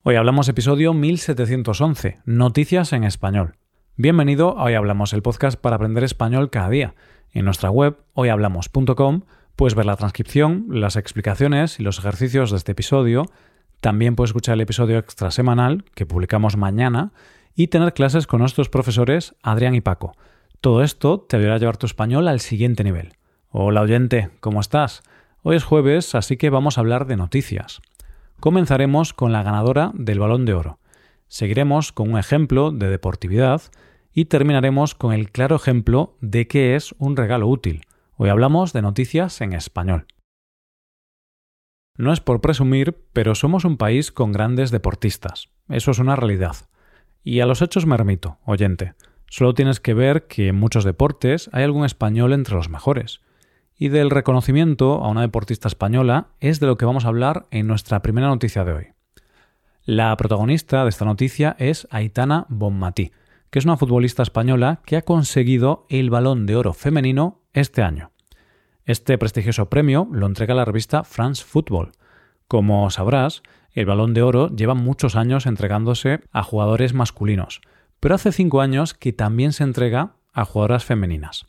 Hoy hablamos episodio 1711, Noticias en Español. Bienvenido a Hoy Hablamos, el podcast para aprender español cada día. En nuestra web, hoyhablamos.com, puedes ver la transcripción, las explicaciones y los ejercicios de este episodio. También puedes escuchar el episodio extra semanal que publicamos mañana y tener clases con nuestros profesores Adrián y Paco. Todo esto te ayudará a llevar tu español al siguiente nivel. Hola oyente, ¿cómo estás? Hoy es jueves, así que vamos a hablar de noticias. Comenzaremos con la ganadora del Balón de Oro. Seguiremos con un ejemplo de deportividad y terminaremos con el claro ejemplo de qué es un regalo útil. Hoy hablamos de noticias en español. No es por presumir, pero somos un país con grandes deportistas. Eso es una realidad. Y a los hechos me remito, oyente. Solo tienes que ver que en muchos deportes hay algún español entre los mejores. Y del reconocimiento a una deportista española es de lo que vamos a hablar en nuestra primera noticia de hoy. La protagonista de esta noticia es Aitana Bonmatí, que es una futbolista española que ha conseguido el Balón de Oro femenino este año. Este prestigioso premio lo entrega la revista France Football. Como sabrás, el Balón de Oro lleva muchos años entregándose a jugadores masculinos, pero hace 5 años que también se entrega a jugadoras femeninas.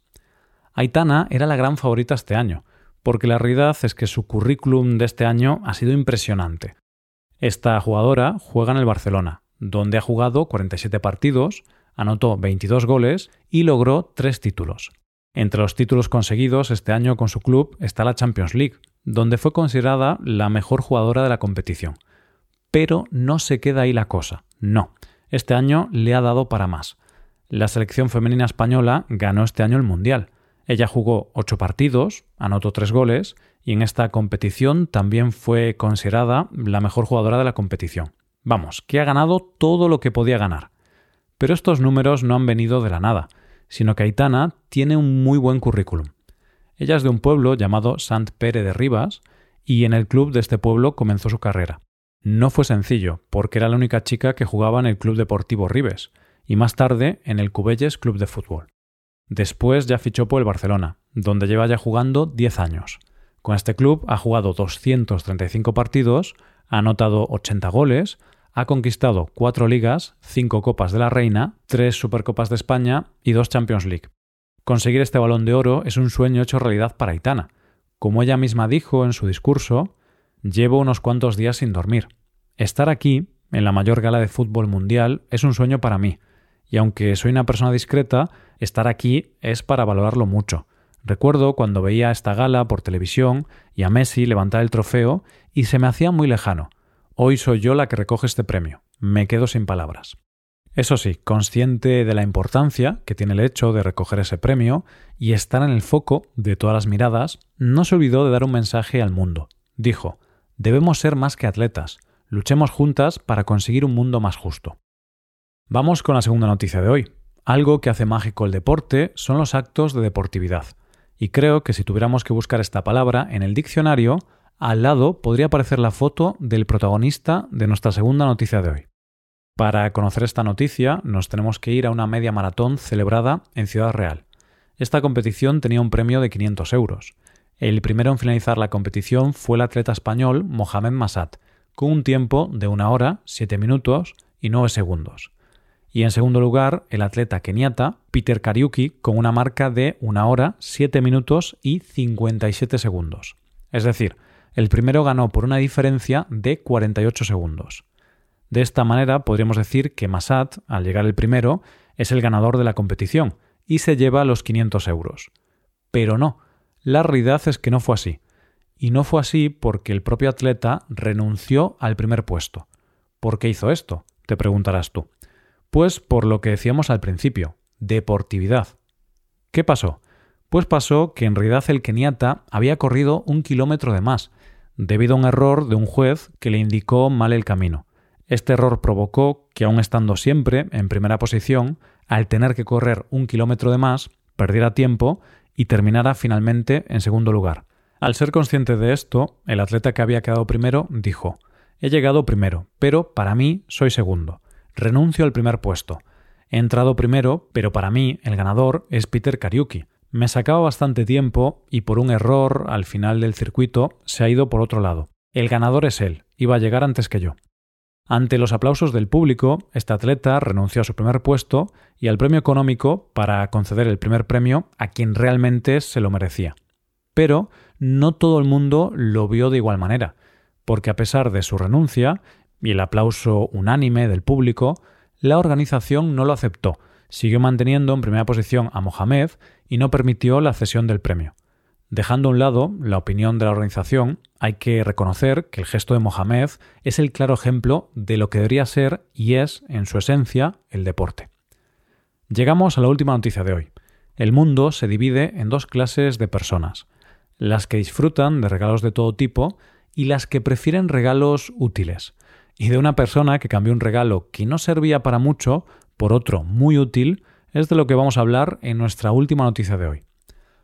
Aitana era la gran favorita este año, porque la realidad es que su currículum de este año ha sido impresionante. Esta jugadora juega en el Barcelona, donde ha jugado 47 partidos, anotó 22 goles y logró 3 títulos. Entre los títulos conseguidos este año con su club está la Champions League, donde fue considerada la mejor jugadora de la competición. Pero no se queda ahí la cosa, no. Este año le ha dado para más. La selección femenina española ganó este año el Mundial. Ella jugó 8 partidos, anotó 3 goles y en esta competición también fue considerada la mejor jugadora de la competición. Vamos, que ha ganado todo lo que podía ganar. Pero estos números no han venido de la nada, sino que Aitana tiene un muy buen currículum. Ella es de un pueblo llamado Sant Pere de Ribes y en el club de este pueblo comenzó su carrera. No fue sencillo, porque era la única chica que jugaba en el Club Deportivo Ribes y más tarde en el Cubelles Club de Fútbol. Después ya fichó por el Barcelona, donde lleva ya jugando 10 años. Con este club ha jugado 235 partidos, ha anotado 80 goles, ha conquistado 4 ligas, 5 Copas de la Reina, 3 Supercopas de España y 2 Champions League. Conseguir este Balón de Oro es un sueño hecho realidad para Aitana. Como ella misma dijo en su discurso, llevo unos cuantos días sin dormir. Estar aquí, en la mayor gala de fútbol mundial, es un sueño para mí. Y aunque soy una persona discreta, estar aquí es para valorarlo mucho. Recuerdo cuando veía esta gala por televisión y a Messi levantar el trofeo y se me hacía muy lejano. Hoy soy yo la que recoge este premio. Me quedo sin palabras. Eso sí, consciente de la importancia que tiene el hecho de recoger ese premio y estar en el foco de todas las miradas, no se olvidó de dar un mensaje al mundo. Dijo: debemos ser más que atletas. Luchemos juntas para conseguir un mundo más justo. Vamos con la segunda noticia de hoy. Algo que hace mágico el deporte son los actos de deportividad. Y creo que si tuviéramos que buscar esta palabra en el diccionario, al lado podría aparecer la foto del protagonista de nuestra segunda noticia de hoy. Para conocer esta noticia nos tenemos que ir a una media maratón celebrada en Ciudad Real. Esta competición tenía un premio de 500 euros. El primero en finalizar la competición fue el atleta español Mohamed Massat, con un tiempo de 1 hora, 7 minutos y 9 segundos. Y en segundo lugar, el atleta keniata Peter Kariuki con una marca de 1 hora, 7 minutos y 57 segundos. Es decir, el primero ganó por una diferencia de 48 segundos. De esta manera podríamos decir que Massat, al llegar el primero, es el ganador de la competición y se lleva los 500 euros. Pero no, la realidad es que no fue así. Y no fue así porque el propio atleta renunció al primer puesto. ¿Por qué hizo esto?, te preguntarás tú. Pues por lo que decíamos al principio, deportividad. ¿Qué pasó? Pues pasó que en realidad el keniata había corrido 1 kilómetro de más, debido a un error de un juez que le indicó mal el camino. Este error provocó que, aun estando siempre en primera posición, al tener que correr 1 kilómetro de más, perdiera tiempo y terminara finalmente en segundo lugar. Al ser consciente de esto, el atleta que había quedado primero dijo: he llegado primero, pero para mí soy segundo. Renuncio al primer puesto. He entrado primero, pero para mí el ganador es Peter Kariuki. Me sacaba bastante tiempo y por un error al final del circuito se ha ido por otro lado. El ganador es él, iba a llegar antes que yo. Ante los aplausos del público, este atleta renunció a su primer puesto y al premio económico para conceder el primer premio a quien realmente se lo merecía. Pero no todo el mundo lo vio de igual manera, porque a pesar de su renuncia y el aplauso unánime del público, la organización no lo aceptó, siguió manteniendo en primera posición a Mohamed y no permitió la cesión del premio. Dejando a un lado la opinión de la organización, hay que reconocer que el gesto de Mohamed es el claro ejemplo de lo que debería ser y es, en su esencia, el deporte. Llegamos a la última noticia de hoy. El mundo se divide en dos clases de personas: las que disfrutan de regalos de todo tipo y las que prefieren regalos útiles. Y de una persona que cambió un regalo que no servía para mucho por otro muy útil es de lo que vamos a hablar en nuestra última noticia de hoy.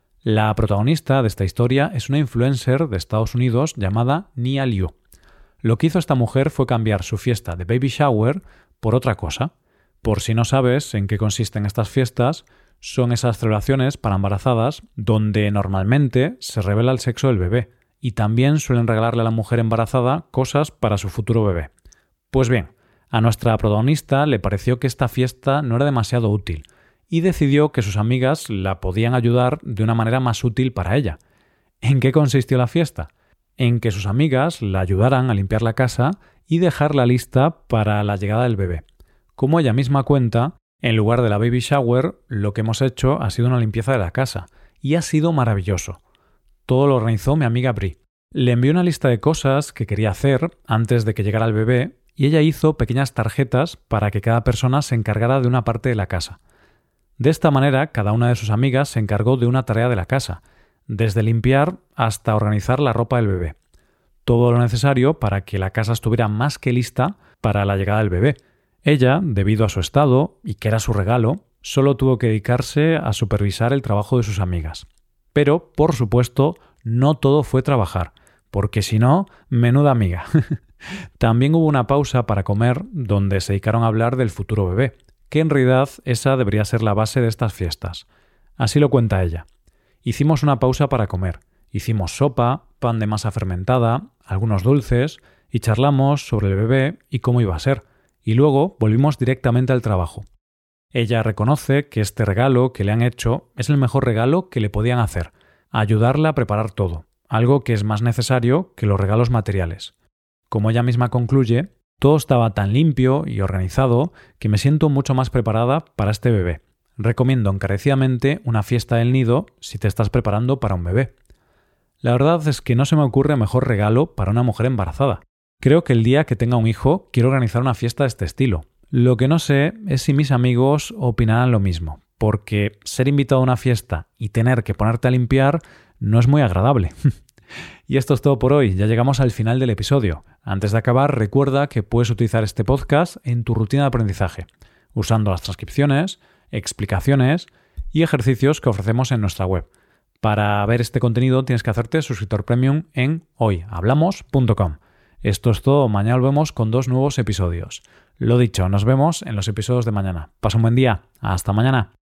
La protagonista de esta historia es una influencer de Estados Unidos llamada Nia Liu. Lo que hizo esta mujer fue cambiar su fiesta de baby shower por otra cosa. Por si no sabes en qué consisten estas fiestas, son esas celebraciones para embarazadas donde normalmente se revela el sexo del bebé y también suelen regalarle a la mujer embarazada cosas para su futuro bebé. Pues bien, a nuestra protagonista le pareció que esta fiesta no era demasiado útil y decidió que sus amigas la podían ayudar de una manera más útil para ella. ¿En qué consistió la fiesta? En que sus amigas la ayudaran a limpiar la casa y dejarla lista para la llegada del bebé. Como ella misma cuenta, en lugar de la baby shower, lo que hemos hecho ha sido una limpieza de la casa y ha sido maravilloso. Todo lo organizó mi amiga Bri. Le envió una lista de cosas que quería hacer antes de que llegara el bebé y ella hizo pequeñas tarjetas para que cada persona se encargara de una parte de la casa. De esta manera, cada una de sus amigas se encargó de una tarea de la casa, desde limpiar hasta organizar la ropa del bebé. Todo lo necesario para que la casa estuviera más que lista para la llegada del bebé. Ella, debido a su estado y que era su regalo, solo tuvo que dedicarse a supervisar el trabajo de sus amigas. Pero, por supuesto, no todo fue trabajar, porque si no, menuda amiga. También hubo una pausa para comer donde se dedicaron a hablar del futuro bebé, que en realidad esa debería ser la base de estas fiestas. Así lo cuenta ella. Hicimos una pausa para comer. Hicimos sopa, pan de masa fermentada, algunos dulces y charlamos sobre el bebé y cómo iba a ser. Y luego volvimos directamente al trabajo. Ella reconoce que este regalo que le han hecho es el mejor regalo que le podían hacer, ayudarla a preparar todo, algo que es más necesario que los regalos materiales. Como ella misma concluye, todo estaba tan limpio y organizado que me siento mucho más preparada para este bebé. Recomiendo encarecidamente una fiesta del nido si te estás preparando para un bebé. La verdad es que no se me ocurre mejor regalo para una mujer embarazada. Creo que el día que tenga un hijo quiero organizar una fiesta de este estilo. Lo que no sé es si mis amigos opinarán lo mismo, porque ser invitado a una fiesta y tener que ponerte a limpiar no es muy agradable. Y esto es todo por hoy, ya llegamos al final del episodio. Antes de acabar, recuerda que puedes utilizar este podcast en tu rutina de aprendizaje, usando las transcripciones, explicaciones y ejercicios que ofrecemos en nuestra web. Para ver este contenido tienes que hacerte suscriptor premium en hoyhablamos.com. Esto es todo, mañana volvemos con 2 nuevos episodios. Lo dicho, nos vemos en los episodios de mañana. Pasa un buen día, hasta mañana.